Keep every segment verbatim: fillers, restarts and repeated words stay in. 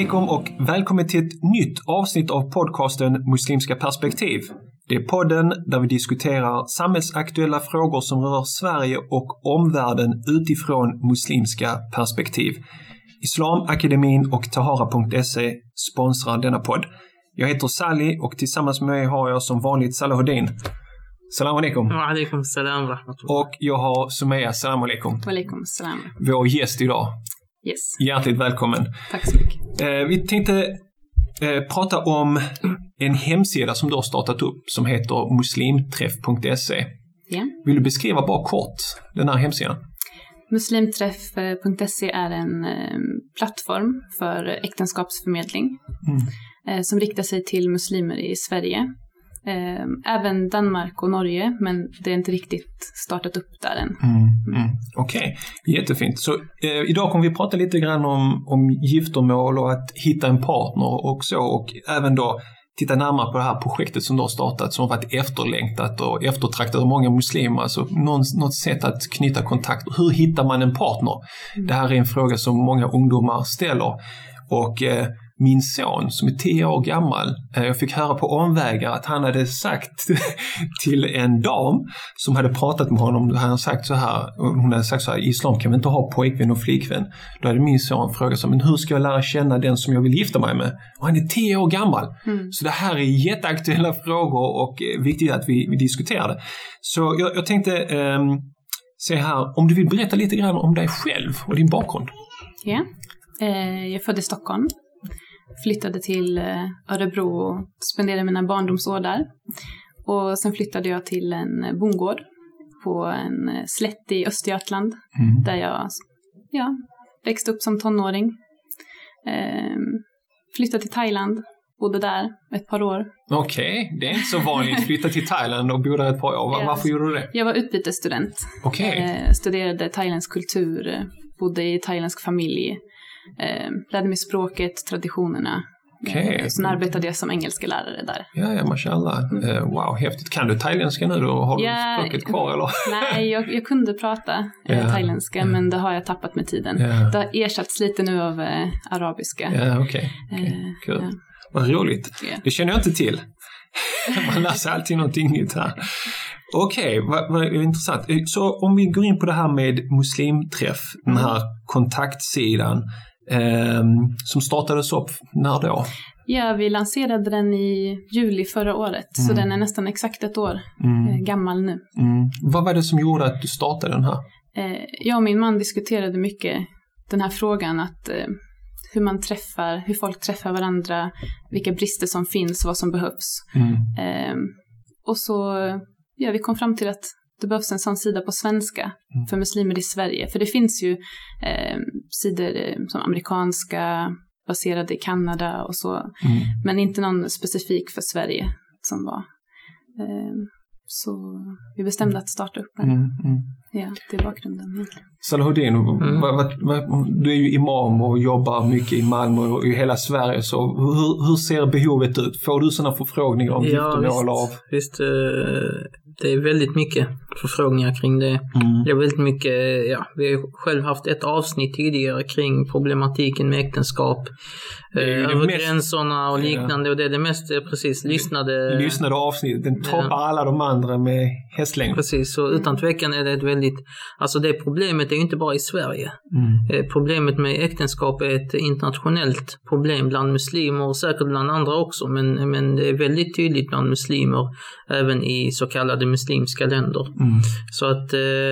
alaikum och välkommen till ett nytt avsnitt av podcasten Muslimska perspektiv. Det är podden där vi diskuterar samhällsaktuella frågor som rör Sverige och omvärlden utifrån muslimska perspektiv. Islamakademin och tahara punkt se sponsrar denna podd. Jag heter Sally och tillsammans med mig har jag som vanligt Salahuddin. Salam alaikum. Wa alaikum salam rahmatullah. Och jag har Sumaya. Salam alaikum. Wa alaikum salam. Vår gäst idag. Yes. Hjärtligt välkommen. Tack så mycket. Eh, vi tänkte eh, prata om en hemsida som du har startat upp som heter muslimträff punkt se. Yeah. Vill du beskriva bara kort den här hemsidan? muslimträff punkt se är en eh, plattform för äktenskapsförmedling mm. eh, som riktar sig till muslimer i Sverige. Eh, även Danmark och Norge, men det är inte riktigt startat upp där än. Mm. Mm. Okej, okay. Jättefint. Så eh, idag kommer vi prata lite grann om, om giftermål och att hitta en partner och så, och även då titta närmare på det här projektet som du har startat som har varit efterlängtat och eftertraktat av många muslimer. Alltså någon, något sätt att knyta kontakt. Hur hittar man en partner? Mm. Det här är en fråga som många ungdomar ställer. Och eh, min son som är tio år gammal, eh, jag fick höra på omvägar att han hade sagt till en dam som hade pratat med honom, han hade sagt så här, hon hade sagt så här: i islam kan vi inte ha pojkvän och flickvän. Då hade min son frågat så, men hur ska jag lära känna den som jag vill gifta mig med? Och han är tio år gammal. Mm. Så det här är jätteaktuella frågor och eh, viktigt att vi, vi diskuterar det. Så jag, jag tänkte eh, se här, om du vill berätta lite grann om dig själv och din bakgrund. Ja, eh, jag är född i Stockholm. Flyttade till Örebro och spenderade mina barndomsår där. Och sen flyttade jag till en bondgård på en slätt i Östergötland. Mm. Där jag ja, växte upp som tonåring. Ehm, flyttade till Thailand. Bodde där ett par år. Okej, okay. Det är inte så vanligt. Flytta till Thailand och bo där ett par år. Var, varför gjorde du det? Jag var utbytesstudent. Okay. Ehm, studerade thailändsk kultur. Bodde i thailändsk familj. Eh, lärde mig språket, traditionerna. Okay. Eh, sen arbetade jag som engelska lärare där. Ja, ja, mashallah. Mm. Eh, wow, häftigt. Kan du thailändska nu då? Har ja, du språket kvar eller? Nej, jag, jag kunde prata eh, ja. thailändska, mm. men det har jag tappat med tiden. Ja. Det har ersatts lite nu av eh, arabiska. Ja, okej. Okay. Okay. Eh, cool. Ja. Vad roligt. Yeah. Det känner jag inte till. Man läser alltid någonting nytt här. Okej, okay, vad, vad intressant. Så om vi går in på det här med muslimträff, den här kontaktsidan eh, som startades upp när då? Ja, vi lanserade den i juli förra året, mm. så den är nästan exakt ett år mm. gammal nu. Mm. Vad var det som gjorde att du startade den här? Eh, jag och min man diskuterade mycket den här frågan, att eh, hur man träffar, hur folk träffar varandra, vilka brister som finns och vad som behövs. Mm. Eh, och så ja, vi kom fram till att det behövs en sån sida på svenska mm. för muslimer i Sverige. För det finns ju eh, sidor eh, som amerikanska, baserade i Kanada och så. Mm. Men inte någon specifik för Sverige som var. Eh, så vi bestämde att starta upp den. Mm. Mm. Ja, det är bakgrunden. Salahuddin, mm. vad, vad, vad, du är ju imam och jobbar mycket i Malmö och i hela Sverige. Så hur, hur ser behovet ut? Får du sådana förfrågningar om ja, giftermål av? Visst, det är väldigt mycket förfrågningar kring det. Mm. Det är väldigt mycket, ja, vi har själv haft ett avsnitt tidigare kring problematiken med äktenskap. Över mest, gränserna och liknande, ja. Och det är det mest precis lyssnade lyssnade avsnitt, den toppar ja. alla de andra med hästlängd. Precis, så utan tvekan är det ett väldigt, alltså det problemet är ju inte bara i Sverige. Mm. Problemet med äktenskap är ett internationellt problem bland muslimer och säkert bland andra också, men, men det är väldigt tydligt bland muslimer även i så kallade muslimska länder. Mm. Så att,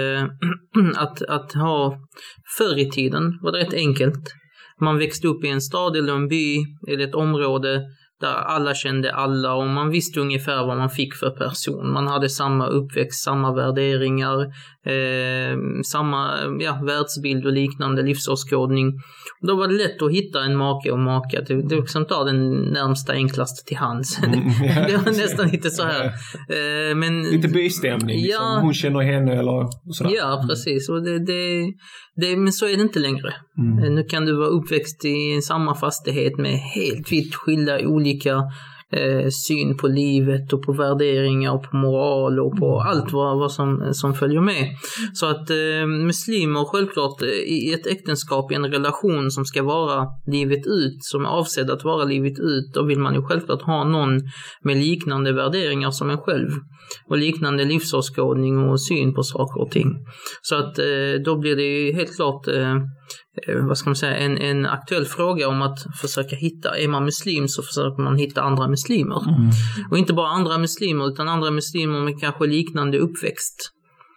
äh, att, att ha förr i tiden var det rätt enkelt. Man växte upp i en stad eller en by eller ett område där alla kände alla och man visste ungefär vad man fick för person. Man hade samma uppväxt, samma värderingar, eh, samma ja, världsbild och liknande livsåskådning. Och då var det lätt att hitta en make och maka. Det, det var liksom ta den närmsta enklaste till hands. Mm. Det var nästan lite så här. Eh, men, lite bystämning, ja, liksom. Hon känner henne eller sådär. Ja, precis. Och det, det, det, men så är det inte längre. Mm. Nu kan du vara uppväxt i samma fastighet med helt vitt skilda olika eh, syn på livet och på värderingar och på moral och på allt vad, vad som, som följer med. Så att eh, muslimer självklart i ett äktenskap, i en relation som ska vara livet ut, som är avsedd att vara livet ut, då vill man ju självklart ha någon med liknande värderingar som en själv och liknande livsåskådning och syn på saker och ting. Så att eh, då blir det ju helt klart eh, vad ska man säga, en, en aktuell fråga om att försöka hitta, är man muslim så försöker man hitta andra muslimer. Mm. Och inte bara andra muslimer utan andra muslimer med kanske liknande uppväxt.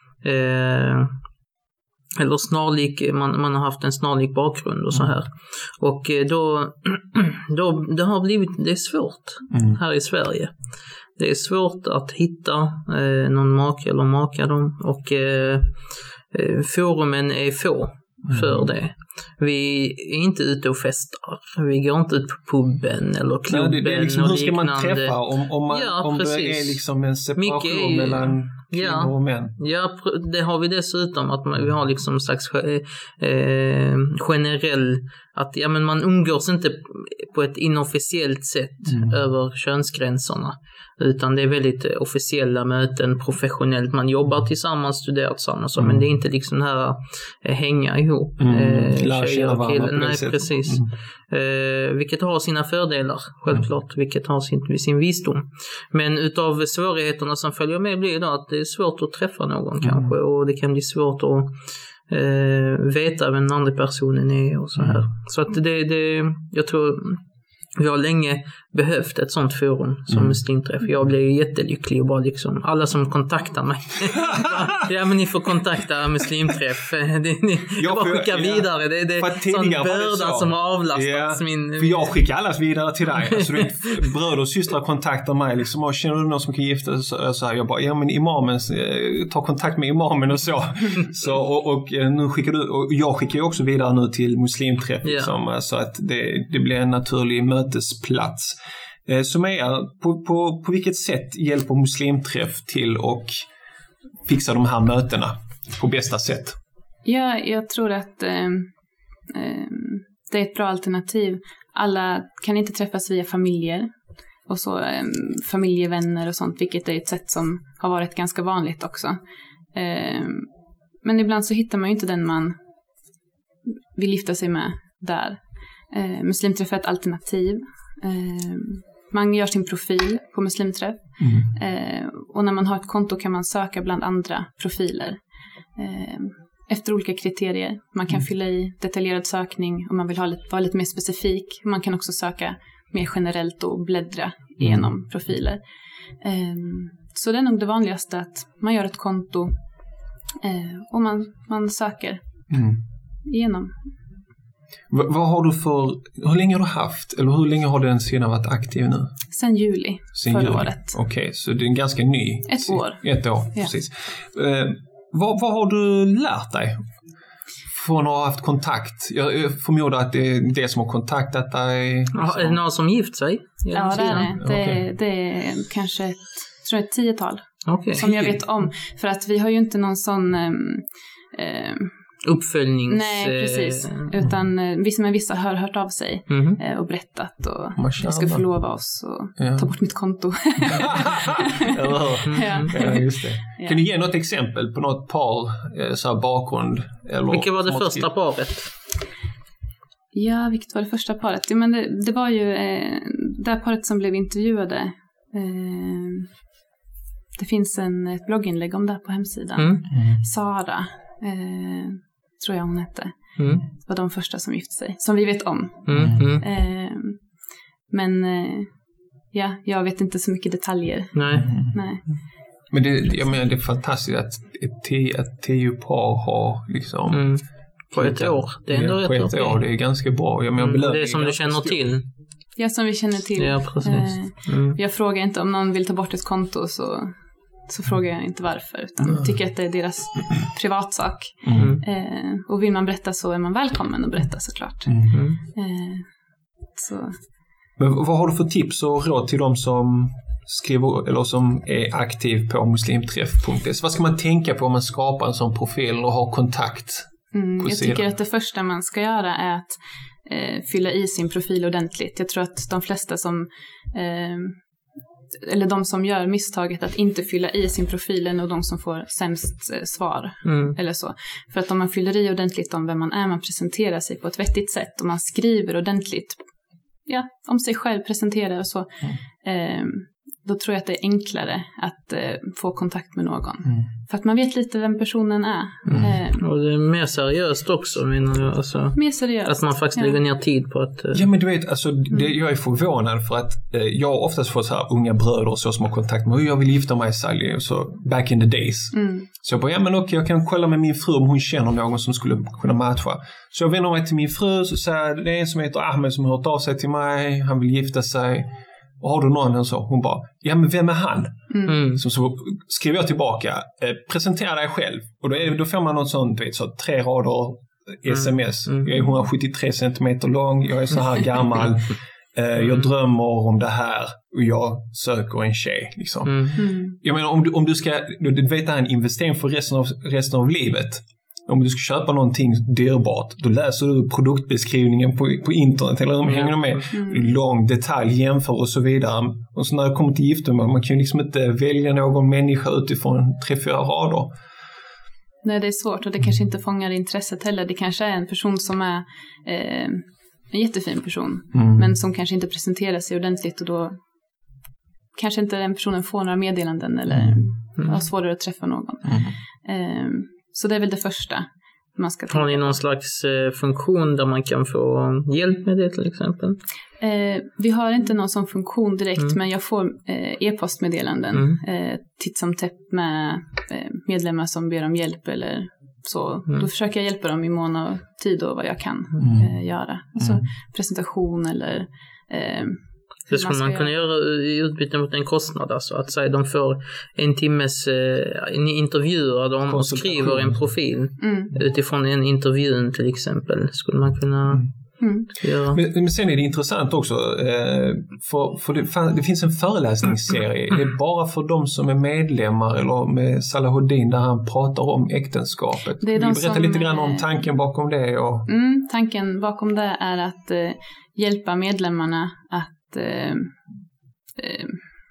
Eh, eller snarlik, man, man har haft en snarlik bakgrund och så här. Och då, då det har blivit, det är svårt mm. här i Sverige. Det är svårt att hitta eh, någon make eller maka dem, och eh, forumen är få för mm. det. Vi är inte ute och festar. Vi går inte ut på puben eller klubben. Nej, det är liksom, hur ska man träffa om, om, man, ja, om det är liksom en separation ju, mellan kvinnor ja, och män? Ja, det har vi dessutom. Att man, vi har liksom en slags eh, generell, att ja, men man umgås inte på ett inofficiellt sätt mm. över könsgränserna. Utan det är väldigt officiella möten, professionellt. Man jobbar tillsammans, studerar tillsammans. Mm. Men det är inte liksom här äh, hänga ihop. Mm. Äh, tjejer och killar. Nej, precis. Mm. Äh, vilket har sina fördelar, självklart. Mm. Vilket har sin, sin visdom. Men utav svårigheterna som följer med blir det att det är svårt att träffa någon mm. kanske. Och det kan bli svårt att äh, veta vem den andra personen är och så här. Mm. Så att det, det, jag tror... Vi har länge behövt ett sånt forum som mm. muslimträff. Jag blev jättelycklig och bara liksom, alla som kontaktar mig. ja, men ni får kontakta muslimträff. Det, ni, jag bara skickar ja. vidare. Det, det är en sån börda som har avlastats. Yeah. Min, för jag skickar allas vidare till dig. Alltså, du, bröder och systrar kontaktar mig liksom, och känner du någon som kan gifta sig? Så här, jag bara, ja men imamen, ta kontakt med imamen och så. så och, och nu skickar du, och jag skickar ju också vidare nu till muslimträff. Yeah. Liksom, så att det, det blir en naturlig mötesplats. Eh, Sumaya, på, på, på vilket sätt hjälper muslimträff till och fixa de här mötena på bästa sätt? Ja, jag tror att eh, eh, det är ett bra alternativ. Alla kan inte träffas via familjer och så eh, familjevänner och sånt, vilket är ett sätt som har varit ganska vanligt också. Eh, men ibland så hittar man ju inte den man vill gifta sig med där. Eh, muslimträff är ett alternativ. Eh, man gör sin profil på muslimträff. Mm. Eh, och när man har ett konto kan man söka bland andra profiler. Eh, efter olika kriterier. Man kan mm. fylla i detaljerad sökning om man vill ha lite, vara lite mer specifik. Man kan också söka mer generellt och bläddra igenom mm. profiler. Eh, så det är nog det vanligaste, att man gör ett konto eh, och man, man söker mm. igenom. V- vad har du för, hur länge har du haft, eller hur länge har den sidan varit aktiv nu? Sen juli Sen förra juli. året. Okej, okay, så det är en ganska ny. Ett år. Ett år, ja. Precis. Eh, vad, vad har du lärt dig från att ha haft kontakt? Jag förmodar att det är det som har kontaktat dig. Ja, är det någon som gift sig? Ja, det är det. Det, okay. det är kanske ett, tror jag, ett tiotal okay. som jag vet om. För att vi har ju inte någon sån... Um, um, uppföljnings... Nej, precis. Eh, Utan eh, vissa med vissa har hört av sig mm. eh, och berättat och jag ska förlova oss och ja. ta bort mitt konto. mm. ja. ja, just det. Ja. Kan du ge något exempel på något par eh, så här bakgrund? Eller vilket var det första paret? Ja, vilket var det första paret? Ja, men det, det var ju eh, det paret som blev intervjuade. Eh, det finns en, ett blogginlägg om det på hemsidan. Mm. Mm. Sara Eh, tror jag hon hette. Mm. Det var de första som gifte sig, som vi vet om. Mm, mm. Eh, men eh, ja, jag vet inte så mycket detaljer. Nej. Nej. Men det, jag menar, det är fantastiskt att ett tio, ett tio par har liksom mm. på ett år. Det är ändå ja, på ett år, år. Det är ganska bra. Jag menar, mm, det är som du känner stor. till. Ja, som vi känner till. Ja, precis. Mm. Jag frågar inte om någon vill ta bort ett konto, så så frågar jag inte varför, utan mm. tycker att det är deras privatsak. Mm. Eh, och vill man berätta så är man välkommen att berätta, såklart. Mm. Eh, så. Men vad har du för tips och råd till de som skriver eller som är aktiv på muslimträff punkt se? Vad ska man tänka på om man skapar en sån profil och har kontakt mm, på Jag sidan? tycker att det första man ska göra är att eh, fylla i sin profil ordentligt. Jag tror att de flesta som eh, eller de som gör misstaget att inte fylla i sin profil är nog de som får sämst eh, svar. Mm. Eller så. För att om man fyller i ordentligt om vem man är, man presenterar sig på ett vettigt sätt och man skriver ordentligt ja, om sig själv, presenterar och så. Mm. Eh, då tror jag att det är enklare att eh, få kontakt med någon. Mm. För att man vet lite vem personen är. Mm. Eh, och det är mer seriöst också, menar jag. Alltså, mer seriöst. Att man faktiskt ja. lägger ner tid på att... Eh... Ja, men du vet, alltså, det, jag är förvånad för att eh, jag har oftast fått så här unga bröder så som har kontakt med hur jag vill gifta mig, Sally, så back in the days. Mm. Så jag bara, ja men okej, jag kan kolla med min fru om hon känner någon som skulle kunna matcha. Så jag vänder mig till min fru så säger det är en som heter Ahmed som har hört av sig till mig, han vill gifta sig. Och har du någon? Och så hon bara, ja men vem är han? Mm. Så, så skriver jag tillbaka, eh, presentera dig själv. Och då, är, då får man något sånt, vet, så tre rader sms. Mm. Jag är hundrasjuttiotre centimeter lång, jag är så här gammal. eh, jag drömmer om det här och jag söker en tjej. Liksom. Mm. Jag menar, om du, om du ska, du vet det här är en investering för resten av, resten av livet. Om du ska köpa någonting dyrbart, då läser du produktbeskrivningen på, på internet eller mm. hänger med mm. lång detalj, jämför och så vidare. Och så när det kommer till giftermål, man kan ju liksom inte välja någon människa utifrån tre, fyra rader. Nej, det är svårt och det kanske inte fångar intresset heller. Det kanske är en person som är eh, en jättefin person, mm. men som kanske inte presenterar sig ordentligt och då kanske inte den personen får några meddelanden eller mm. har svårare att träffa någon. Mm. Eh, Så det är väl det första man ska tänka. Har ni någon slags eh, funktion där man kan få hjälp med det till exempel? Eh, vi har inte någon sån funktion direkt, mm. men jag får eh, e-postmeddelanden mm. eh, titt som tätt med eh, medlemmar som ber om hjälp eller så. Mm. Då försöker jag hjälpa dem i mån av tid och vad jag kan mm. eh, göra. Alltså mm. presentation eller... Eh, Det skulle man, man kunna göra i utbyte mot en kostnad. Alltså att säga de får en timmes eh, en intervjuer de och skriver en profil mm. utifrån en intervjun till exempel. Skulle man kunna mm. göra. Men, men sen är det intressant också. Eh, för, för det, det finns en föreläsningsserie. Det är bara för de som är medlemmar eller med Salahuddin där han pratar om äktenskapet. Det är de Vill berätta lite grann om tanken bakom det? Och... Mm, tanken bakom det är att eh, hjälpa medlemmarna att Eh, eh,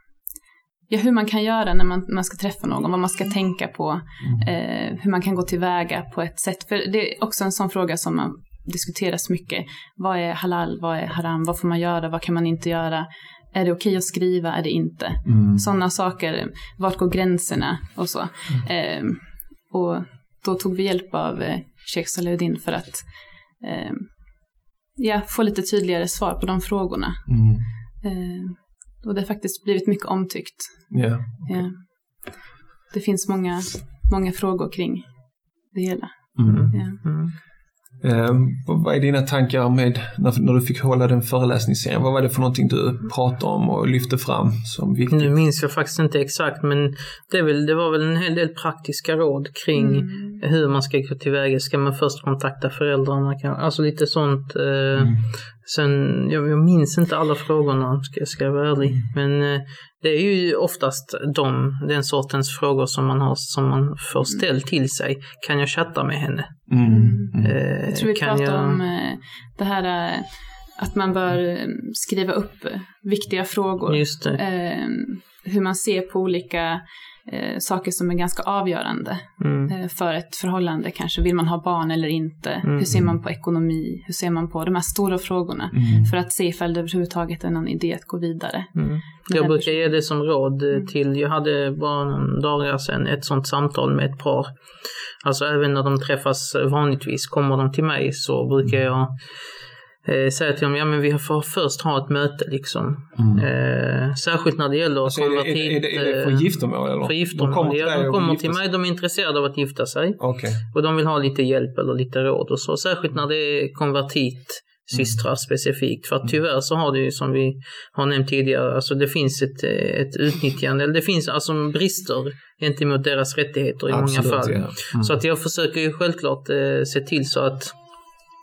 ja, hur man kan göra när man, man ska träffa någon, vad man ska tänka på, eh, hur man kan gå tillväga på ett sätt. För det är också en sån fråga som man diskuteras mycket. Vad är halal, vad är haram, vad får man göra, vad kan man inte göra? Är det okej att skriva, är det inte? Mm. Sådana saker, vart går gränserna och så. Mm. Eh, och då tog vi hjälp av eh, Sheikh Salahuddin för att eh, ja, få lite tydligare svar på de frågorna. Mm. Eh, och det har faktiskt blivit mycket omtyckt. Yeah, okay. Ja. Det finns många, många frågor kring det hela. Mm. Ja. Mm. Eh, vad är dina tankar med när, när du fick hålla den föreläsningsserien? Vad var det för någonting du pratade om och lyfte fram som viktigt? Nu minns jag faktiskt inte exakt, men det, är väl, det var väl en hel del praktiska råd kring mm. hur man ska gå tillväga. Ska man först kontakta föräldrarna? Alltså lite sånt. Eh, mm. Sen, jag, jag minns inte alla frågorna, ska jag ska vara ärlig. Men eh, det är ju oftast de, den sortens frågor som man har, som man får ställt till sig. Kan jag chatta med henne? Mm. Mm. Eh, jag tror vi pratar jag... om eh, det här eh, att man bör skriva upp viktiga frågor. Just det. Eh, hur man ser på olika eh, saker som är ganska avgörande mm. eh, för ett förhållande. Kanske vill man ha barn eller inte? Mm. Hur ser man på ekonomi? Hur ser man på de här stora frågorna? Mm. För att se ifall det överhuvudtaget är någon idé att gå vidare. Mm. Jag brukar ge det som råd till, jag hade bara någon dagar sedan ett sånt samtal med ett par. Alltså även när de träffas vanligtvis, kommer de till mig, så brukar jag eh, säga till dem, ja men vi får först ha ett möte liksom. Mm. Eh, särskilt när det gäller alltså, konvertit. Är, är, är, är det för giftermål eller? För giftermål, de kommer till, ja, de kommer till mig, de är intresserade av att gifta sig. Okay. Och de vill ha lite hjälp eller lite råd och så. Särskilt när det är konvertit. Systrar mm. specifikt, för att tyvärr så har det ju, som vi har nämnt tidigare, alltså det finns ett, ett utnyttjande, eller det finns alltså brister gentemot deras rättigheter i Absolut, många fall. Ja. Mm. Så att jag försöker ju självklart eh, se till så att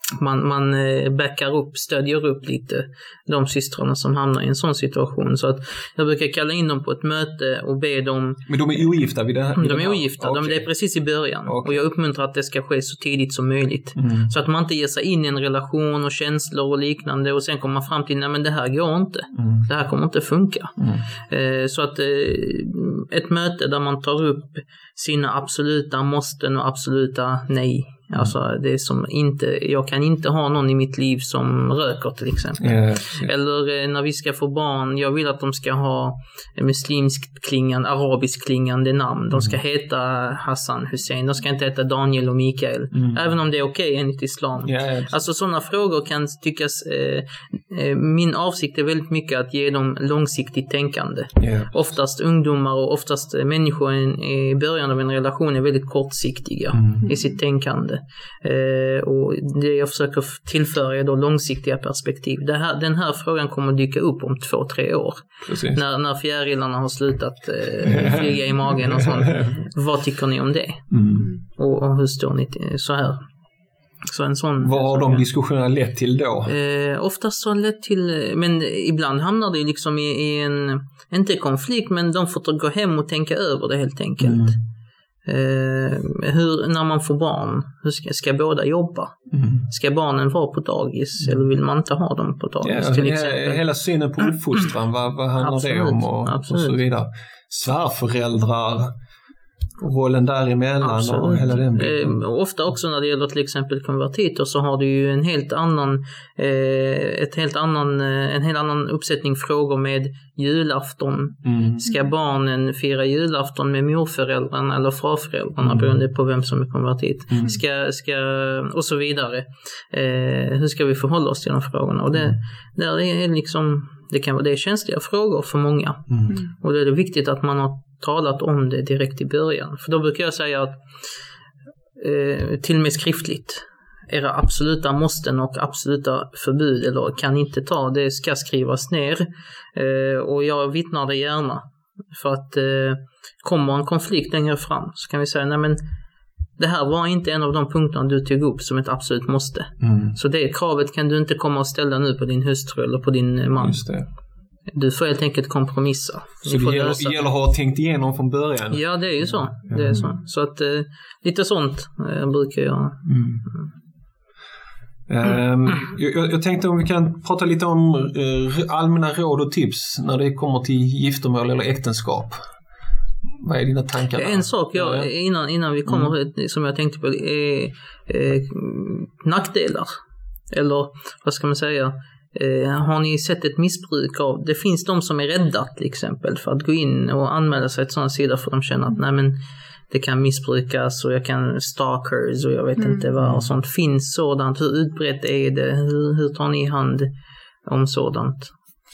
man, man backar upp, stödjer upp lite de systrarna som hamnar i en sån situation. Så att jag brukar kalla in dem på ett möte och be dem... Men de är ogifta vid det här? De är ogifta, okay. de, det är precis i början. Okay. Och jag uppmuntrar att det ska ske så tidigt som möjligt. Mm. Så att man inte ger sig in i en relation och känslor och liknande och sen kommer man fram till, nej men det här går inte. Mm. Det här kommer inte funka. Mm. Eh, så att eh, ett möte där man tar upp sina absoluta måsten och absoluta nej. Mm. Alltså det är som inte, jag kan inte ha någon i mitt liv som röker till exempel. Yeah, yeah. Eller eh, när vi ska få barn, jag vill att de ska ha muslimskt klingande, arabisk klingande namn. De ska mm. heta Hassan, Hussein, de ska inte heta Daniel och Mikael. Mm. Även om det är okej okay, enligt islam. Yeah, yeah. Alltså sådana frågor kan tyckas, eh, eh, min avsikt är väldigt mycket att ge dem långsiktigt tänkande. Yeah. Oftast ungdomar och oftast människor i, i början av en relation är väldigt kortsiktiga mm. i sitt tänkande. Eh, och det jag försöker tillföra är då långsiktiga perspektiv. Det här, den här frågan kommer att dyka upp om två, tre år. När, när fjärilarna har slutat eh, flyga i magen och sånt. Vad tycker ni om det? Mm. Och, och hur står ni till, så här? Så en sån, vad har de diskussionerna lett till då? Eh, oftast så lett till, men ibland hamnar det liksom i, i en, inte konflikt, men de får gå hem och tänka över det helt enkelt. Mm. Eh, hur, när man får barn, hur ska, ska båda jobba? Mm. Ska barnen vara på dagis mm. eller vill man inte ha dem på dagis? Ja, till exempel? Hela synen på uppfostran, vad, vad handlar absolut, det om och, och så vidare. Svärföräldrar, rollen däremellan absolut. Och hela den biten. Eh, ofta också när det gäller till exempel konvertiter så har du ju en helt annan eh, ett helt annan, en helt annan uppsättning frågor med julafton. Mm. Ska barnen fira julafton med morföräldrarna eller farföräldrarna mm. beroende på vem som är konvertit? Mm. Ska, ska, och så vidare. Eh, hur ska vi förhålla oss till de frågorna? Och det, mm. där är liksom, det kan vara det är känsliga frågor för många. Mm. Och det är det viktigt att man har talat om det direkt i början. För då brukar jag säga att eh, till och med skriftligt era absoluta måsten och absoluta förbud eller kan inte ta, det ska skrivas ner. Eh, och jag vittnar det gärna. För att eh, kommer en konflikt längre fram så kan vi säga, nej men det här var inte en av de punkterna du tog upp som ett absolut måste. Mm. Så det kravet kan du inte komma och ställa nu på din hustru eller på din man. Just det. Du får helt enkelt kompromissa. Så det gäller, gäller att ha tänkt igenom från början? Ja, det är ju så. Det är så. Så att eh, lite sånt eh, brukar jag... Mm. Mm. Um, jag, jag tänkte om vi kan prata lite om uh, allmänna råd och tips när det kommer till giftermål eller äktenskap. Vad är dina tankar? En sak jag, ja. innan, innan vi kommer mm. som jag tänkte på är eh, nackdelar. Eller vad ska man säga? Eh, har ni sett ett missbruk av, det finns de som är rädda till exempel för att gå in och anmäla sig till sådana sidor för de känner att nej men det kan missbrukas och jag kan stalkers och jag vet mm. inte vad och sånt. Finns sådant? Hur utbrett är det? Hur, hur tar ni hand om sådant?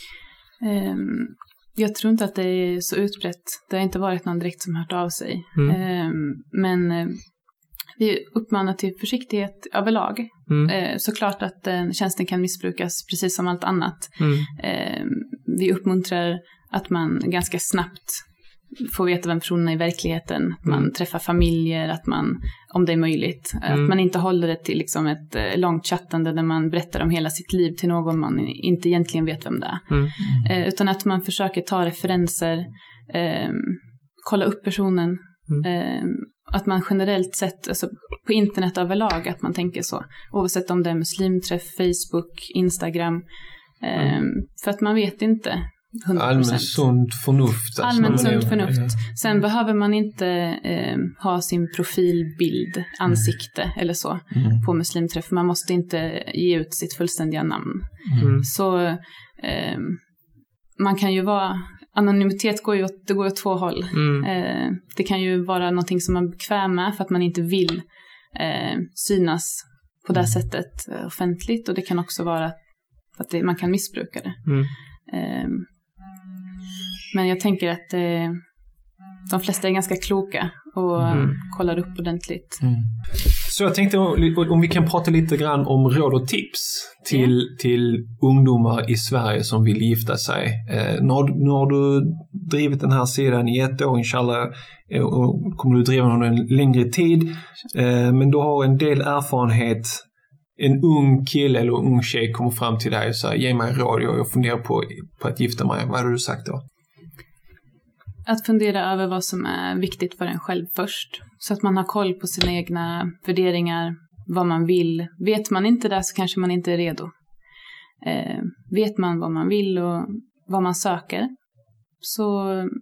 Um, jag tror inte att det är så utbrett. Det har inte varit någon direkt som hört av sig. Mm. Um, men uh, vi uppmanar till försiktighet överlag. Mm. Uh, såklart att uh, tjänsten kan missbrukas precis som allt annat. Mm. Uh, vi uppmuntrar att man ganska snabbt får veta vem personen är i verkligheten. Mm. Man träffar familjer, att man, om det är möjligt, mm. att man inte håller det till liksom ett eh, långt chattande där man berättar om hela sitt liv till någon man inte egentligen vet vem det är. Mm. Eh, utan att man försöker ta referenser, eh, kolla upp personen. Mm. Eh, att man generellt sett, alltså på internet överlag, att man tänker så. Oavsett om det är muslimträff, Facebook, Instagram. Eh, mm. För att man vet inte. Allmänt sunt förnuft. Alltså Allmänt sunt förnuft. Ja. Sen behöver man inte eh, ha sin profilbild, ansikte mm. eller så mm. på muslimträff. Man måste inte ge ut sitt fullständiga namn. Mm. Så eh, man kan ju vara, anonymitet går ju åt, det går åt två håll. Mm. Eh, det kan ju vara någonting som man är bekväm med för att man inte vill eh, synas på det mm. sättet eh, offentligt. Och det kan också vara att det, man kan missbruka det. Mm. Eh, Men jag tänker att eh, de flesta är ganska kloka och mm. kollar upp ordentligt. Mm. Så jag tänkte om vi kan prata lite grann om råd och tips till, mm. till ungdomar i Sverige som vill gifta sig. Eh, nu, har, nu har du drivit den här sidan i ett år, inshallah, och kommer du driva den en längre tid. Eh, men du har en del erfarenhet en ung kille eller en ung tjej kommer fram till dig och säger ge mig råd, jag, jag funderar på, på att gifta mig. Vad hade du sagt då? Att fundera över vad som är viktigt för en själv först. Så att man har koll på sina egna värderingar, vad man vill. Vet man inte det så kanske man inte är redo. Eh, vet man vad man vill och vad man söker så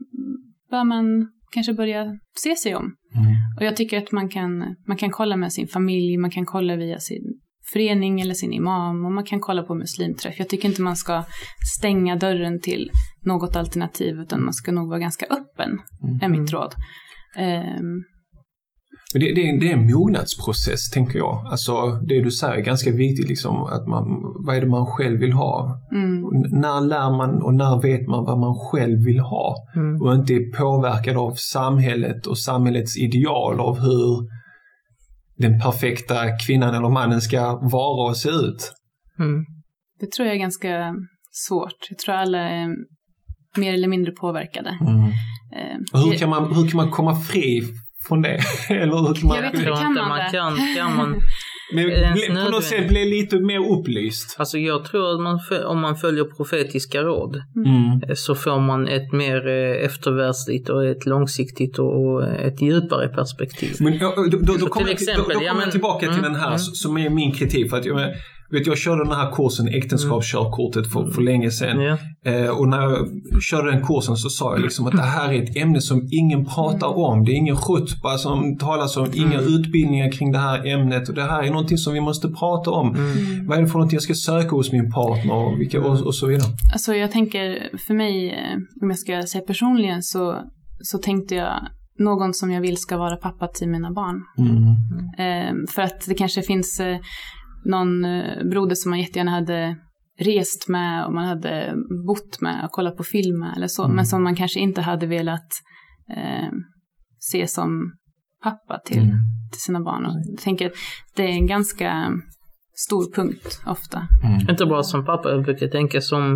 bör man kanske börja se sig om. Mm. Och jag tycker att man kan, man kan kolla med sin familj, man kan kolla via sin förening eller sin imam och man kan kolla på muslimträff. Jag tycker inte man ska stänga dörren till något alternativ utan man ska nog vara ganska öppen, mm. är mitt råd. Um, Det, det, är, det är en mognadsprocess, tänker jag. Alltså, det du säger är ganska viktigt, liksom, att man, vad är det man själv vill ha? Mm. När lär man och när vet man vad man själv vill ha? Mm. Och inte är påverkad av samhället och samhällets ideal av hur den perfekta kvinnan eller mannen ska vara och se ut. Mm. Det tror jag är ganska svårt. Jag tror alla är mer eller mindre påverkade. Mm. Eh, hur, kan man, hur kan man komma fri från det? Eller hur man, jag vet inte, kan man, man kan, kan man men ble, på något sätt bli lite mer upplyst. Alltså jag tror att man, om man följer profetiska råd mm. så får man ett mer eftervärldsligt och ett långsiktigt och ett djupare perspektiv. Men då, då, då, då kommer jag, då, då kommer ja, men, jag tillbaka mm, till den här mm. som är min kritik, för att jag vet, jag körde den här kursen, äktenskapskörkortet, för, för länge sedan. Mm. Eh, och när jag körde den kursen så sa jag liksom att det här är ett ämne som ingen pratar om. Det är ingen khutba som talas om, inga mm. utbildningar kring det här ämnet. Och det här är någonting som vi måste prata om. Mm. Vad är det för någonting jag ska söka hos min partner och, vilka, och, och så vidare? Alltså jag tänker, för mig, om jag ska säga personligen, så, så tänkte jag någon som jag vill ska vara pappa till mina barn. Mm. Eh, för att det kanske finns Eh, någon broder som man jättegärna hade rest med och man hade bott med och kollat på filmer eller så, mm. men som man kanske inte hade velat eh, se som pappa till, mm. till sina barn. Och jag tänker det är en ganska stor punkt ofta. Mm. Inte bara som pappa, jag brukar tänka som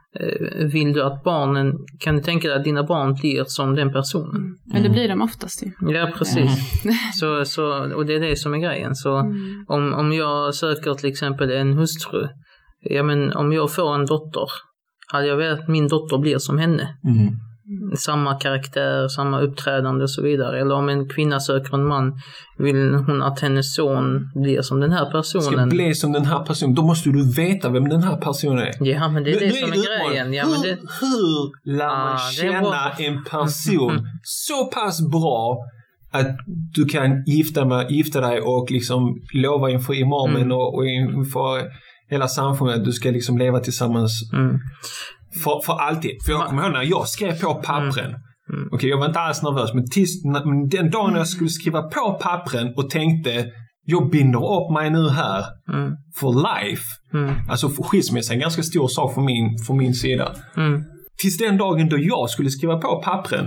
eh, vill du att barnen, kan du tänka dig att dina barn blir som den personen? Mm. Men det blir de oftast ju. Ja, precis. Mm. så, så, och det är det som är grejen. Så mm. om, om jag söker till exempel en hustru, ja, men om jag får en dotter, hade jag velat att min dotter blir som henne. Mm. Samma karaktär, samma uppträdande och så vidare. Eller om en kvinna söker en man, vill hon att hennes son blir som den här personen. Ska bli som den här personen, då måste du veta vem den här personen är. Ja, men det är det nu, som är, är grejen. Ja, hur, men det... hur lär man ah, känna en person så pass bra att du kan gifta, med, gifta dig och liksom lova inför imamen mm. och, och inför hela samfundet att du ska liksom leva tillsammans mm. För, för alltid. För jag kommer ihåg när jag skrev på pappren. Mm. Mm. Okej, okay, jag var inte alls nervös. Men tis, när, den dagen när jag skulle skriva på pappren och tänkte jag binder upp mig nu här mm. for life. Mm. Alltså för skilsmässa är en ganska stor sak för min, för min sida. Mm. Tills den dagen då jag skulle skriva på pappren.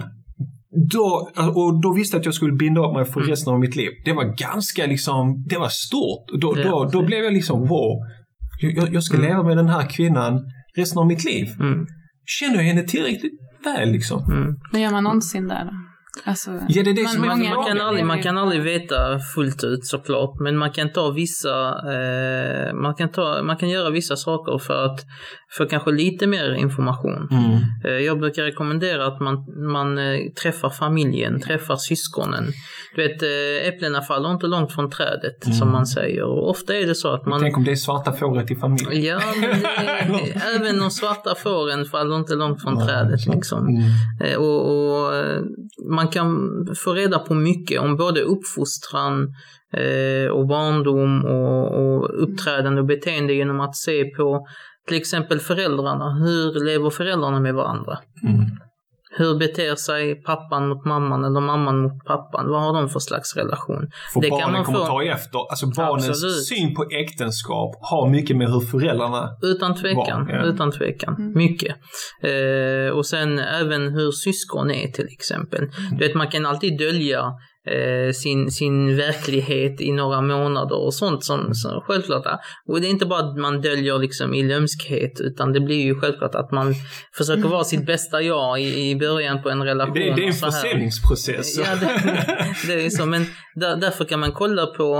Då, och då visste jag att jag skulle binda upp mig för mm. resten av mitt liv. Det var ganska liksom, det var stort. Då, då, då, då blev jag liksom, wow. Jag, jag ska mm. leva med den här kvinnan resten av mitt liv. Mm. Känner jag henne tillräckligt väl liksom? Mm. Men gör man någonsin där då? Alltså, ja, det är det man, som är man, man, kan aldrig, man kan aldrig veta fullt ut såklart, men man kan ta vissa eh, man, kan ta, man kan göra vissa saker för att för kanske lite mer information. Mm. Eh, jag brukar rekommendera att man, man eh, träffar familjen, träffar syskonen. Du vet, eh, äpplena faller inte långt från trädet, mm. som man säger. Och ofta är det så att man... Tänk om det är svarta fåret i familjen. Ja, men det, även de svarta fåren faller inte långt från mm. trädet liksom. Mm. Eh, och, och man kan få reda på mycket om både uppfostran eh, och barndom och, och uppträdande och beteende genom att se på till exempel föräldrarna. Hur lever föräldrarna med varandra? Mm. Hur beter sig pappan mot mamman eller mamman mot pappan? Vad har de för slags relation? För det barnen kan man kommer få... ta efter. Alltså barnens Absolut. syn på äktenskap har mycket med hur föräldrarna Utan tvekan. Var, ja. Utan tvekan. Mm. Mycket. Eh, och sen även hur syskon är till exempel. Mm. Du vet, man kan alltid dölja eh, sin, sin verklighet i några månader och sånt som, som självklart är. Och det är inte bara att man döljer liksom i lömskhet, utan det blir ju självklart att man försöker vara sitt bästa jag i, i början på en relation. Det, det är en försäljningsprocess. Ja, det, det är så. Men där, därför kan man kolla på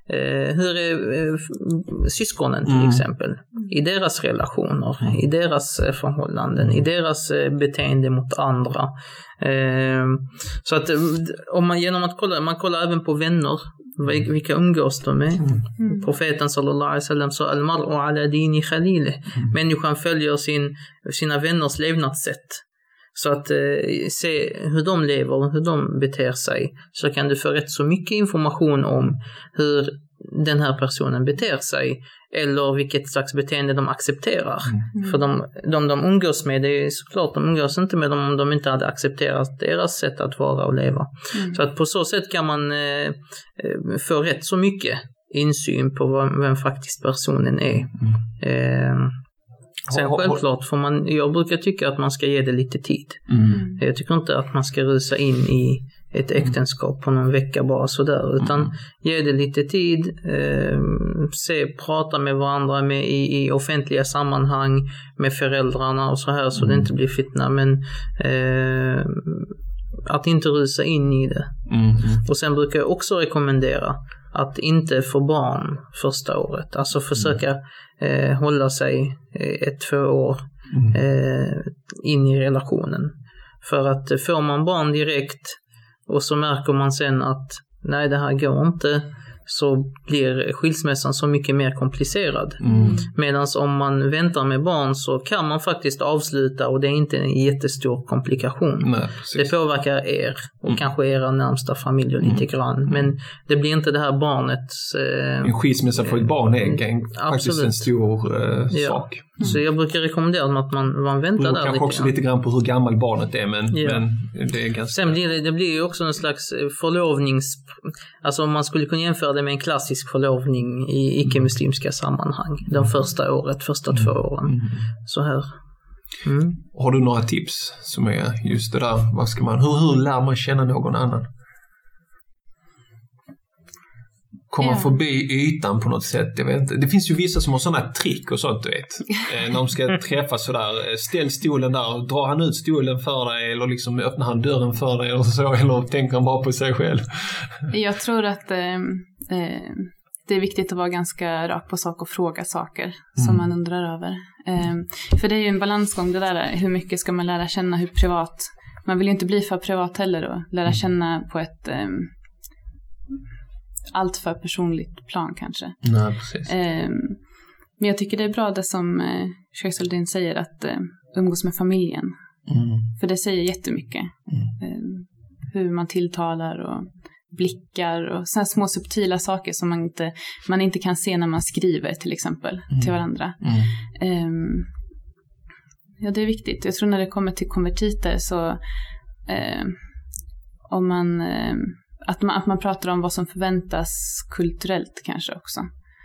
Eh, hur är eh, syskonen till mm. exempel? I deras relationer, mm. i deras eh, förhållanden, i deras eh, beteende mot andra. Eh, så att om man genom att kolla, man kollar även på vänner, vilka umgås de med. Mm. Profeten sallallahu alaihi wasallam sa al-mar'u ala dini khalilih. Mm. Människan följer sin, sina vänners levnadssätt. Så att eh, se hur de lever och hur de beter sig, så kan du få rätt så mycket information om hur den här personen beter sig eller vilket slags beteende de accepterar. Mm. För de, de de umgås med, det är såklart, de umgås inte med dem om de inte hade accepterat deras sätt att vara och leva. Mm. Så att på så sätt kan man eh, få rätt så mycket insyn på vem, vem faktiskt personen är. Mm. Eh, Sen självklart får man, jag brukar tycka att man ska ge det lite tid. Mm. Jag tycker inte att man ska rusa in i ett äktenskap på någon vecka bara sådär, utan mm. ge det lite tid, eh, se, prata med varandra med, i, i offentliga sammanhang med föräldrarna och så här, så mm. det inte blir fitna, men eh, att inte rusa in i det. Mm. Och sen brukar jag också rekommendera att inte få barn första året. Alltså försöka eh, hålla sig eh, ett, två år eh, in i relationen. För att får man barn direkt och så märker man sen att nej, det här går inte, så blir skilsmässan så mycket mer komplicerad. Mm. Medan om man väntar med barn så kan man faktiskt avsluta och det är inte en jättestor komplikation. Nej, det påverkar er och mm. kanske era närmsta familjer lite mm. grann. Men det blir inte det här barnets... Eh, en skilsmässa för ett barn är en, faktiskt en stor eh, ja. sak. Mm. Så jag brukar rekommendera att man, man väntar där kanske lite också lite grann på hur gammal barnet är, men, ja. men det är ganska... Sen blir det, det blir ju också en slags förlovnings... Alltså man skulle kunna jämföra det med en klassisk förlovning i icke-muslimska sammanhang. De första året, första två åren. Mm. Så här. Mm. Har du några tips som är just det där? Vad ska man, hur, hur lär man känna någon annan? Komma yeah. förbi ytan på något sätt, jag vet inte. Det finns ju vissa som har sådana trick och sånt, du vet. När de ska träffas sådär, ställ stolen där, drar han ut stolen för dig eller liksom öppnar han dörren för dig eller så, eller tänker han bara på sig själv? Jag tror att eh, det är viktigt att vara ganska rak på sak och fråga saker mm. som man undrar över. Eh, för det är ju en balansgång det där, hur mycket ska man lära känna, hur privat. Man vill ju inte bli för privat heller och lära känna på ett... Eh, allt för personligt plan kanske. Nej, precis. Eh, men jag tycker det är bra det som eh, Sheikh Saladin säger, att eh, umgås med familjen. Mm. För det säger jättemycket. Mm. Eh, hur man tilltalar och blickar och sådana små subtila saker som man inte, man inte kan se när man skriver till exempel mm. till varandra. Mm. Eh, ja, det är viktigt. Jag tror när det kommer till konvertiter så eh, om man... Eh, Att man, att man pratar om vad som förväntas kulturellt kanske också.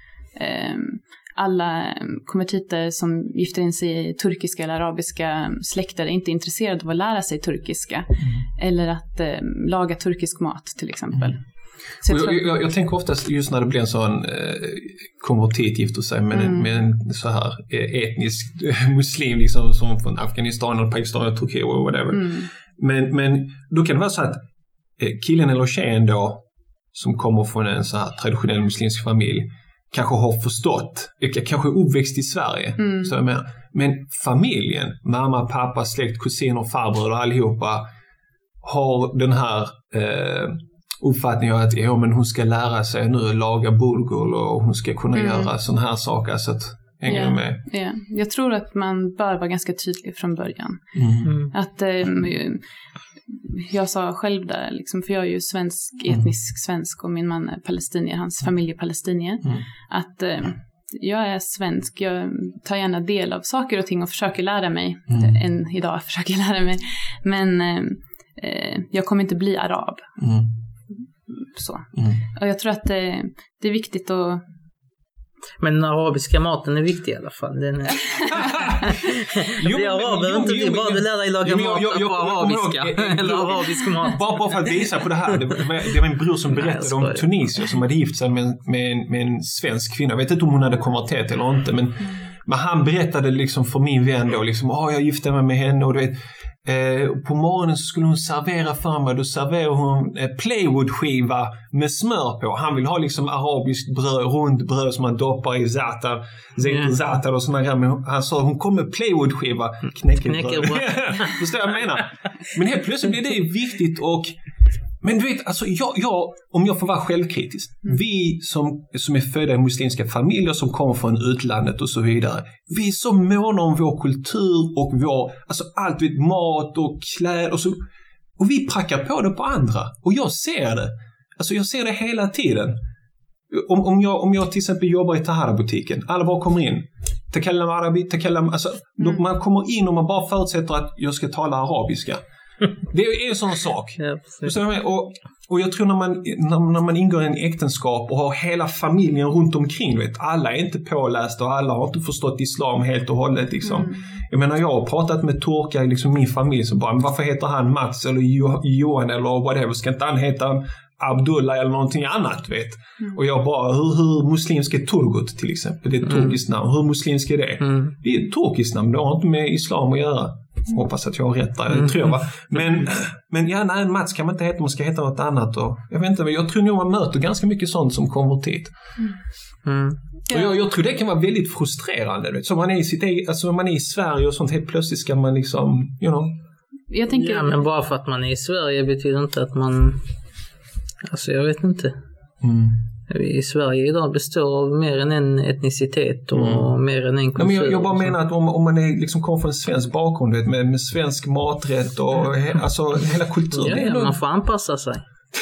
Alla konvertiter som gifter in sig i turkiska eller arabiska släkter är inte intresserade av att lära sig turkiska. Mm. Eller att eh, laga turkisk mat till exempel. Mm. Så jag, jag, jag, jag tänker oftast just när det blir en sån eh, konvertit gifter sig med, mm. en, med en så här eh, etnisk eh, muslim liksom, som från Afghanistan eller Pakistan eller Turkiet eller whatever. Mm. Men, men då kan det vara så att killen eller tjejen då som kommer från en så här traditionell muslimsk familj kanske har förstått, kanske är uppväxt i Sverige mm. så jag menar, men familjen, mamma, pappa, släkt, kusiner, farbröder allihopa har den här eh, uppfattningen att ja, men hon ska lära sig nu att laga bulgur och hon ska kunna mm. göra sån här saker, så att hänger yeah. du med? Ja, yeah. Jag tror att man bör vara ganska tydlig från början. Mm. Att eh, jag sa själv där, liksom, för jag är ju svensk, etnisk svensk och min man är palestinier, hans familj är palestinier. Mm. Att eh, jag är svensk, jag tar gärna del av saker och ting och försöker lära mig. Mm. Än idag försöker jag lära mig. Men eh, jag kommer inte bli arab. Mm. Så. Mm. Och jag tror att eh, det är viktigt att... Men den arabiska maten är viktig i alla fall. Den är... jo, det är araber, inte det. Bara du lär dig laga mat jag, jag, på arabiska. Jag, jag, eller arabisk mat. Bara, bara för att visa på det här. Det var, det var en bror som berättade Nej, om Tunisien som hade gift sig med, med, med en svensk kvinna. Jag vet inte om hon hade konverterat eller inte. Men, Men han berättade liksom för min vän då, liksom, åh, jag gifte mig med henne och du vet, eh, på morgonen så skulle hon servera för mig, då serverade hon eh, plywoodskiva med smör på. Han vill ha liksom arabiskt bröd, rund bröd som man doppar i za'atar, mm. za'atar och sådana grejer. Men han sa, hon kom med plywoodskiva, knäckebröd. Förstår jag menar? Men helt plötsligt blir det viktigt och men du vet, alltså jag, jag, om jag får vara självkritisk, mm. vi som, som är födda i muslimska familjer som kommer från utlandet och så vidare, vi är så måna om vår kultur och vår, alltså allt, vet, mat och kläder och så, och vi prackar på det på andra, och jag ser det, alltså jag ser det hela tiden. Om, om, jag, om jag till exempel jobbar i Tahara-butiken, alla bara kommer in, takallam arabi, takallam, alltså mm. man kommer in och man bara förutsätter att jag ska tala arabiska. Det är en sån sak. Ja, och, och jag tror när man, när, när man ingår i en äktenskap och har hela familjen runt omkring, vet, alla är inte pålästa och alla har inte förstått islam helt och hållet liksom. Mm. Jag menar, jag har pratat med turkar i liksom min familj som bara, men varför heter han Mats eller Johan eller whatever, ska inte han heta Abdullah eller någonting annat, vet. Mm. Och jag bara, hur, hur muslimsk är Turgut till exempel, det är ett mm. turkiskt namn, hur muslimsk är det? Mm. Det är ett turkiskt namn, det har inte med islam att göra. Hoppas att jag har rätt där, det tror jag va. Men, men ja, nej, Mats kan man inte heta, man ska heta något annat. Och, jag vet inte, men jag tror nog man möter ganska mycket sånt som konvertit. Mm. Och jag, jag tror det kan vara väldigt frustrerande. Vet. Så man är i sitt eget, alltså man är i Sverige och sånt, helt plötsligt ska man liksom, you know. Jag tänker... Ja, men bara för att man är i Sverige betyder inte att man, alltså jag vet inte. Mm. I Sverige idag består av mer än en etnicitet och mm. mer än en kultur. Ja, men jag, jag bara menar att om, om man är, liksom kommer från en svensk bakgrund med, med svensk maträtt och he, alltså, hela kulturen. Ja, ja, man får anpassa sig.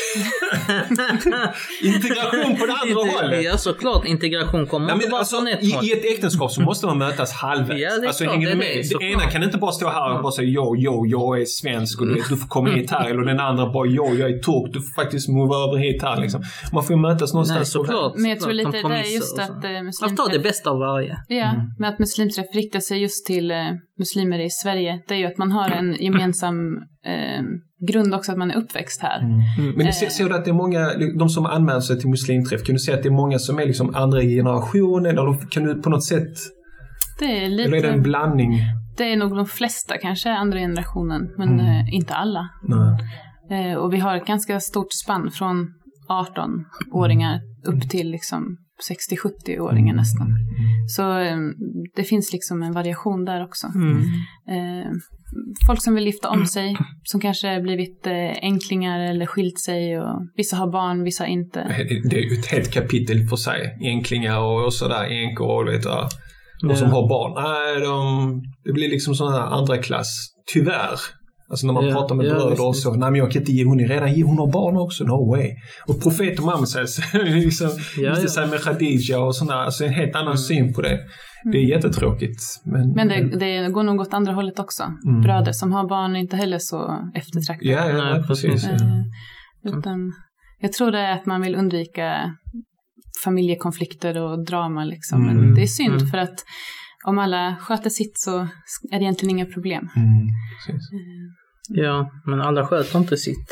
Integration på det andra hållet. Ja, såklart. Integration kommer Nej, inte bara alltså, från ett i, i ett äktenskap så måste man mötas halvvägs. Ja, det är alltså, klart, hänger det, med. det, det ena kan inte bara stå här och bara säga jo, jo, jag är svensk och du, vet, du får komma hit här. Eller den andra bara, jo, jag är turk, du får faktiskt move över hit här. Liksom. Man får ju mötas någonstans. Nej, såklart. Men jag tror lite det är just att eh, muslimträff... Att ta det bästa av varje. Ja, mm. men att muslimträff riktar sig just till eh, muslimer i Sverige. Det är ju att man har en gemensam eh, grund också, att man är uppväxt här. Mm. Mm. Men du ser, ser du att det är många, de som anmäler sig till muslimträff, kan du säga att det är många som är liksom andra generation, eller kan du på något sätt, det är lite, eller är det en blandning? Det är nog de flesta kanske andra generationen, men mm. eh, inte alla. Eh, och vi har ett ganska stort spann från arton-åringar mm. upp till liksom sextio-sjuttio-åringar nästan. Mm. Så eh, det finns liksom en variation där också. Mm. Eh, folk som vill lyfta om sig, som kanske blivit eh, änklingar eller skilt sig, och vissa har barn, vissa inte. Det är ju ett helt kapitel för sig. Änklingar och, och sådär, änkor och vet jag, och som har barn. Nej, de, det blir liksom sån här andra klass, tyvärr. Alltså när man ja, pratar med ja, bröder och så. Nej, men jag kan inte ge, hon är redan ge, hon har barn också, no way. Och profet och mamma säger liksom, ja, ja. Sig med Khadija och sådär, alltså en helt annan mm. syn på det. Det är jättetråkigt. Men, men det, det går nog åt andra hållet också. Mm. Bröder som har barn är inte heller så eftertraktade. Ja, ja, nej, precis. Ja. Utan, jag tror det är att man vill undvika familjekonflikter och drama liksom. Mm. Men det är synd mm. för att om alla sköter sitt så är det egentligen inga problem. Mm. Precis. Ja, men alla sköter inte sitt.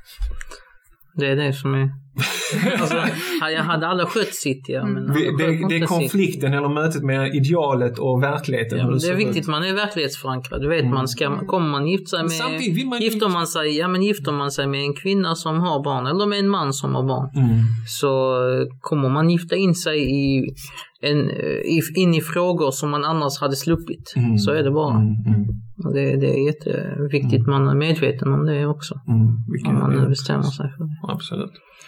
Det är det som är... Alltså, jag hade alla skött sitt, ja. Men det, det, det är konflikten sitt. Eller mötet med idealet och verkligheten. Ja, det är viktigt, man är verklighetsförankrad. Du vet, mm. man ska, kommer man gifta sig med... Man gifter, man sig, ja, men gifter man sig med en kvinna som har barn, eller med en man som har barn, mm. så kommer man gifta in sig i, en, in i frågor som man annars hade sluppit. Mm. Så är det bara. Mm. Mm. Det, det är jätteviktigt, mm. man är medveten om det också. Mm. Om man nu bestämmer sig för det. Absolut.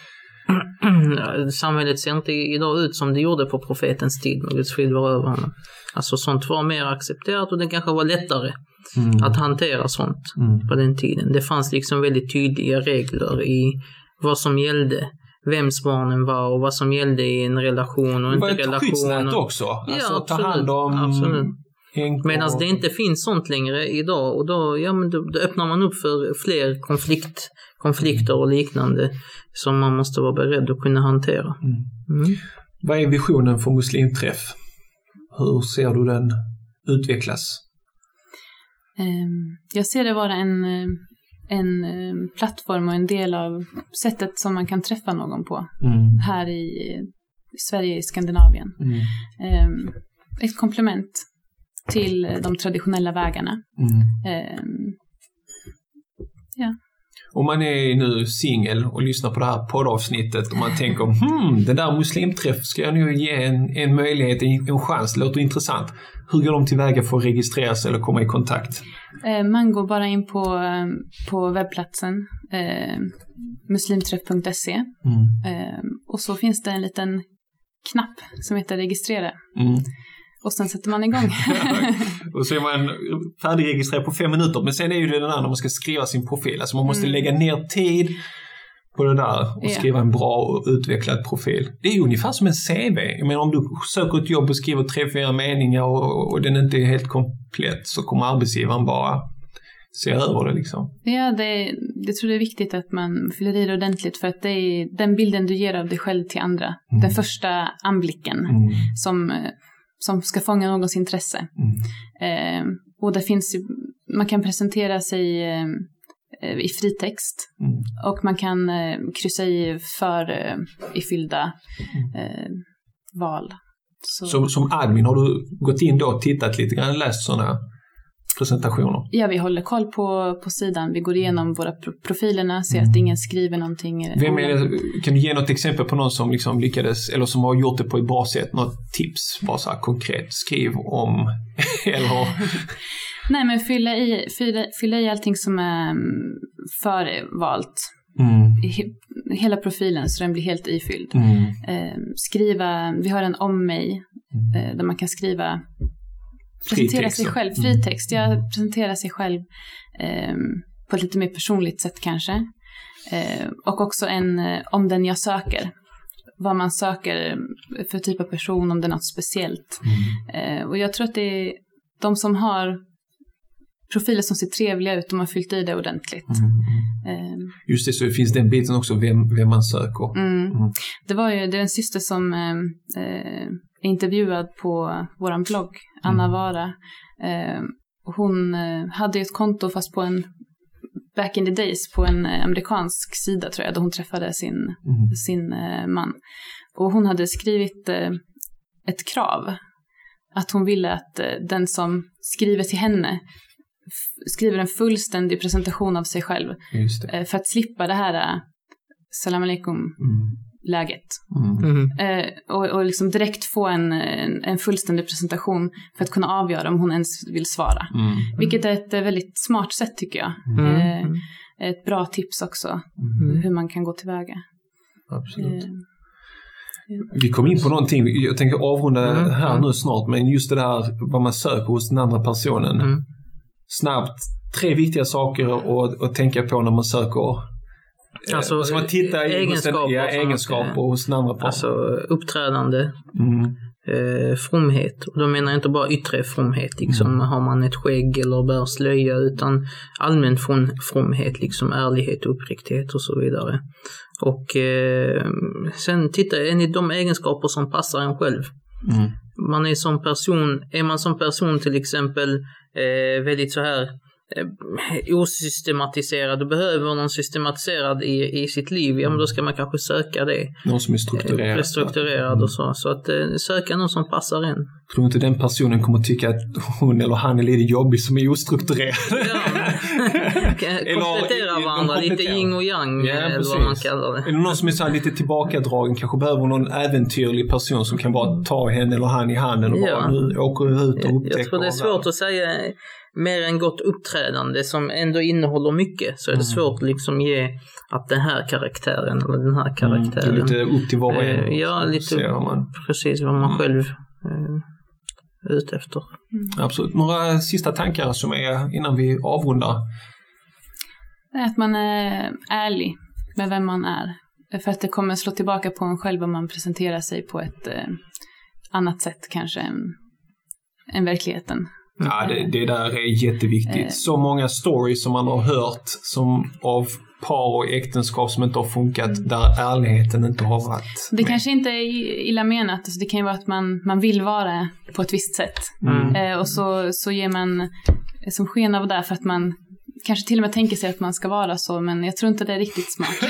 Samhället ser inte idag ut som det gjorde på profetens tid, med Guds frid var över honom. Alltså sånt var mer accepterat, och det kanske var lättare mm. att hantera sånt mm. på den tiden. Det fanns liksom väldigt tydliga regler i vad som gällde, vems barnen var och vad som gällde i en relation och inte relation. Det var ett skyddsnät också. Alltså, ja, absolut, ta hand om... absolut. Medan det inte finns sånt längre idag, och då, ja, men då, då öppnar man upp för fler konflikt, konflikter och liknande som man måste vara beredd att kunna hantera. Mm. Mm. Vad är visionen för muslimträff? Hur ser du den utvecklas? Jag ser det vara en, en plattform och en del av sättet som man kan träffa någon på mm. här i Sverige, i Skandinavien. Mm. ett komplement till de traditionella vägarna. Mm. Eh, ja. Om man är nu singel och lyssnar på det här poddavsnittet och man tänker, hmm, den där muslimträff ska jag nu ge en, en möjlighet, en, en chans, det låter intressant. Hur går de tillväga för att registrera sig eller komma i kontakt? Eh, man går bara in på, på webbplatsen eh, muslimträff punkt se mm. eh, och så finns det en liten knapp som heter registrera. Mm. Och sen sätter man igång. Och så är man färdigregistrerad på fem minuter. Men sen är ju det den där när man ska skriva sin profil. Alltså man måste mm. lägga ner tid på det där och yeah. skriva en bra och utvecklad profil. Det är ju ungefär som en C V. Jag menar, om du söker ett jobb och skriver tre, fyra meningar och, och den inte är helt komplett så kommer arbetsgivaren bara se över det liksom. Ja, det, det tror jag är viktigt att man fyller i det ordentligt för att det är den bilden du ger av dig själv till andra. Mm. Den första anblicken mm. som... som ska fånga någons intresse. Mm. Eh, och det finns, man kan presentera sig eh, i fritext mm. och man kan eh, kryssa i för eh, i fyllda eh, val. Så. Så, som admin har du gått in då och tittat lite grann, läst sådana presentationer? Ja, vi håller koll på, på sidan. Vi går igenom våra pro- profilerna, ser mm. att ingen skriver någonting. Vem är det, kan du ge något exempel på någon som liksom lyckades, eller som har gjort det på ett bra sätt? Något tips, bara så här konkret, skriv om, eller... Nej, men fylla i, fylla, fylla i allting som är förvalt. Mm. Hela profilen så den blir helt ifylld. Mm. Eh, skriva, vi har en om mig mm. eh, där man kan skriva presentera sig själv, fritext. Jag presenterar sig själv eh, på ett lite mer personligt sätt kanske. Eh, och också en eh, om den jag söker. Vad man söker för typ av person, om det är något speciellt. Mm. Eh, och jag tror att det är de som har profiler som ser trevliga ut, de har fyllt i det ordentligt. Mm. Eh, Just det, så det finns den biten också, vem, vem man söker. Mm. Mm. Det var ju det är en syster som eh, eh, intervjuad på våran blogg, Anna mm. Vara. Eh, hon eh, hade ett konto fast på en back in the days på en eh, amerikansk sida tror jag, där hon träffade sin, mm. sin eh, man. Och hon hade skrivit eh, ett krav att hon ville att eh, den som skriver till henne f- skriver en fullständig presentation av sig själv. Just det. Eh, för att slippa det här eh, salam alaikum mm. läget. Mm. Mm. Eh, och, och liksom direkt få en, en, en fullständig presentation för att kunna avgöra om hon ens vill svara. Mm. Vilket är ett väldigt smart sätt tycker jag. Mm. Eh, ett bra tips också. Mm. Hur man kan gå tillväga. Absolut. Eh, Vi kom in på någonting, jag tänker avrunda mm. här nu snart, men just det där vad man söker hos den andra personen. Mm. Snabbt, tre viktiga saker att, att tänka på när man söker. Alltså, ska man titta i egenskaper, hos den, ja, egenskaper hos den andra personen. Alltså uppträdande, mm. eh, fromhet. Och då menar jag inte bara yttre fromhet, liksom mm. har man ett skägg eller bär slöja, utan allmän from, fromhet, liksom ärlighet, uppriktighet och så vidare. Och eh, sen titta, är de egenskaper som passar en själv. Mm. Man är som person, är man som person till exempel eh, väldigt så här eh, osystematiserad och behöver någon systematiserad i, i sitt liv, ja men då ska man kanske söka det. Någon som är strukturerad. Eh, strukturerad mm. och så. Så att eh, söka någon som passar en. Tror inte den personen kommer tycka att hon eller han är lite jobbig som är ostrukturerad. Ja, komplettera varandra, lite yin och yang, ja, eller vad man kallar det. Eller någon som är så här lite tillbakadragen, kanske behöver någon äventyrlig person som kan bara ta henne eller han i handen och ja. bara nu åker ut och upptäcker. Jag tror det är svårt att säga mer än gott uppträdande som ändå innehåller mycket, så är det mm. svårt att liksom ge att den här karaktären eller den här karaktären. Mm, det är lite upp till var och en. Eh, ja, lite man. Precis vad man själv eh, är ute efter. Mm. Absolut. Några sista tankar som är innan vi avrundar? Att man är ärlig med vem man är. För att det kommer slå tillbaka på en själv om man presenterar sig på ett eh, annat sätt kanske än, än verkligheten. Ja, det, det där är jätteviktigt. Så många stories som man har hört som av par och äktenskap som inte har funkat, där ärligheten inte har varit det med. Kanske inte är illa menat. Alltså det kan ju vara att man, man vill vara på ett visst sätt. Mm. Eh, och så, så ger man som sken av det för att man kanske till och med tänker sig att man ska vara så, men jag tror inte det är riktigt smart.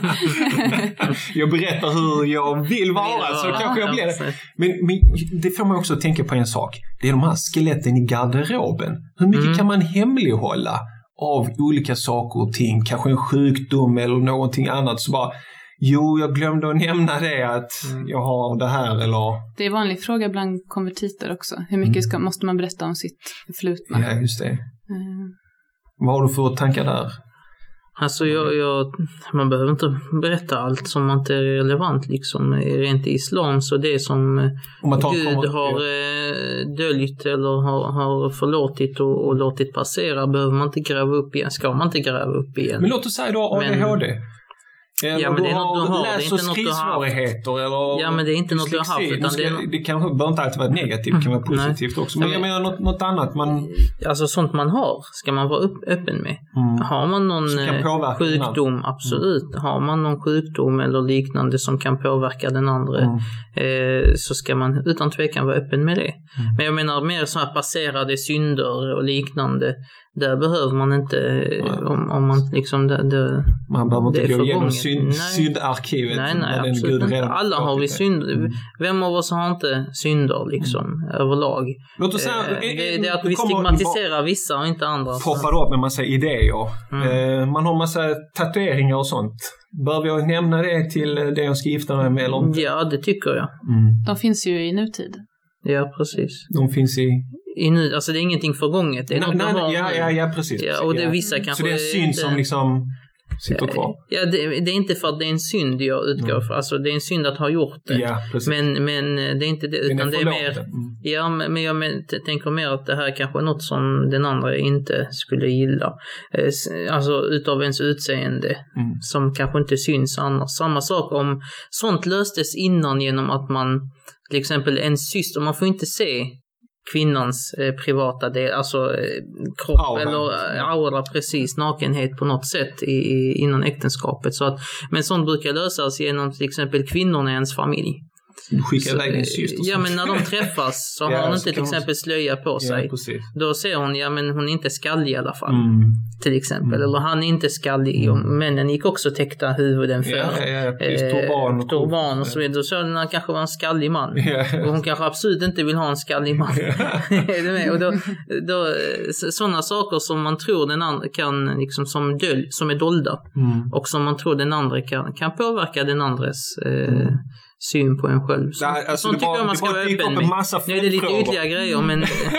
Jag berättar hur jag vill vara, så kanske jag blir det. Men, men det får man också tänka på en sak. Det är de här skeletten i garderoben. Hur mycket mm. kan man hemlighålla av olika saker och ting? Kanske en sjukdom eller någonting annat. Så bara, jo, jag glömde att nämna det, att mm. jag har det här eller... Det är en vanlig fråga bland konvertiter också. Hur mycket ska, måste man berätta om sitt förflutna? Ja, just det. Mm. Vad har du för tankar där? Alltså jag, jag, man behöver inte berätta allt som inte är relevant liksom. Rent i islam, så det som Gud kommer, har eh, döljt eller har, har förlåtit och, och låtit passera behöver man inte gräva upp igen. Ska man inte gräva upp igen. Men låt oss säga då A D H D. Men, Eller ja, men det är något du har. Läs- det är inte något du har eller ja, men det är inte något du har haft. Utan ska, det, är... det kanske behöver inte alltid vara negativt, det kan vara positivt också. Men jag menar något, något annat. Man... Alltså sånt man har ska man vara upp, öppen med. Mm. Har man någon sjukdom, innan. absolut. Mm. Har man någon sjukdom eller liknande som kan påverka den andra mm. eh, så ska man utan tvekan vara öppen med det. Mm. Men jag menar mer så här passerade synder och liknande. Där behöver man inte mm. om, om man liksom det, det, man behöver inte gå igenom synd, syndarkivet. Nej, nej, absolut inte. Alla har vi synder. Mm. Vem av oss har inte synder liksom mm. överlag? Låt oss säga, eh, det, det är att vi stigmatiserar vissa och inte andra. Poppar upp med massa idéer. Mm. Eh, man har massa tatueringar och sånt. Bör jag nämna det till det jag ska gifta mig med eller inte? Ja, det tycker jag. Mm. De finns ju i nutid. Ja, precis. De finns i... I nu, alltså det är ingenting förgånget. Det är nej, nej, ja, ja, ja, precis. Ja, och det är vissa ja. kanske... Så det är en synd som liksom sitter kvar? Ja, det, det är inte för att det är en synd jag utgår mm. för. Alltså det är en synd att ha gjort det. Ja, precis. Men, men det är inte det, utan det är mer... Mm. Ja, men jag men, tänker mer att det här kanske är något som den andra inte skulle gilla. Alltså utav ens utseende. Mm. Som kanske inte syns annars. Samma sak om sånt löstes innan genom att man... Till exempel en syster, man får inte se kvinnans eh, privata del, alltså eh, kropp aura. eller eh, aura, precis, nakenhet på något sätt i, i, innan äktenskapet. Så att, men sånt brukar lösas genom till exempel kvinnorna i ens familj. Du skickar iväg din syster. Ja, men när de träffas så har ja, hon inte till exempel slöja på sig. Ja, då ser hon, ja men hon är inte skallig i alla fall. Mm. Till exempel. Mm. Eller han är inte skallig. Och männen gick också täckta huvuden för ja, ja, ja, turban och, turban och så vidare. Då såg han kanske var en skallig man. Ja. Och hon kanske absolut inte vill ha en skallig man. Är du med? Och då, då, sådana saker som man tror den andra kan, liksom som, dölj, som är dolda. Mm. Och som man tror den andra kan, kan påverka den andres eh, mm. syn på en själv. Så, nej, alltså sånt tycker var, jag man ska vara öppen med. Massa nej, det är lite ytterligare grejer, men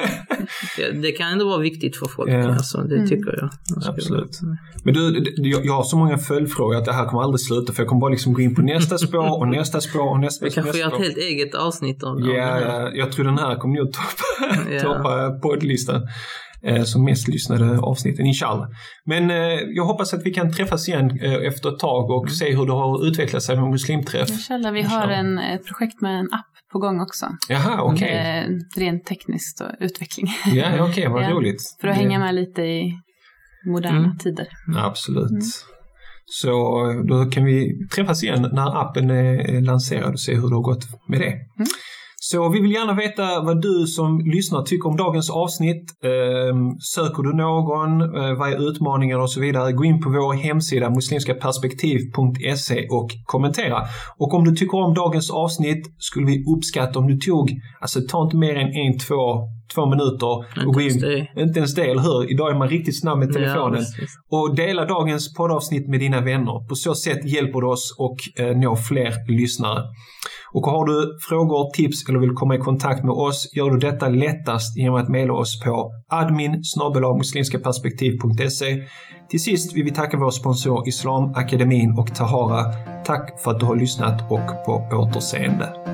det, det kan ändå vara viktigt för folk. Yeah. Alltså, det mm. tycker jag. Absolut. Men du, jag, jag har så många följdfrågor att det här kommer aldrig sluta, för jag kommer bara liksom gå in på nästa spår och nästa spår och nästa spår. Vi kanske gör ett helt eget avsnitt av det. Ja, ja, jag tror den här kommer nog toppa, yeah. toppa poddlistan. Som mest lyssnade avsnitten, inshallah. Men eh, jag hoppas att vi kan träffas igen eh, efter ett tag och mm. se hur det har utvecklat sig med muslimträff. Inshallah, vi har en, ett projekt med en app på gång också. Jaha, okej. Okay. Rent tekniskt och utveckling. Ja, okej, okay, vad ja, roligt. För att det... hänga med lite i moderna mm. tider. Absolut. Mm. Så då kan vi träffas igen när appen är lanserad och se hur det har gått med det. Mm. Så vi vill gärna veta vad du som lyssnar tycker om dagens avsnitt. Eh, söker du någon, eh, vad är utmaningar och så vidare. Gå in på vår hemsida muslimskaperspektiv punkt se och kommentera. Och om du tycker om dagens avsnitt skulle vi uppskatta om du tog, alltså ta inte mer än en, två, två minuter. Inte och gå in, det. Inte ens det, eller hur? Idag är man riktigt snabb med telefonen. Ja, och dela dagens poddavsnitt med dina vänner. På så sätt hjälper du oss och eh, nå fler lyssnare. Och har du frågor, tips eller vill komma i kontakt med oss, gör du detta lättast genom att mejla oss på admin snabel-a muslimskaperspektiv punkt se. Till sist vill vi tacka vår sponsor Islamakademin och Tahara. Tack för att du har lyssnat och på återseende.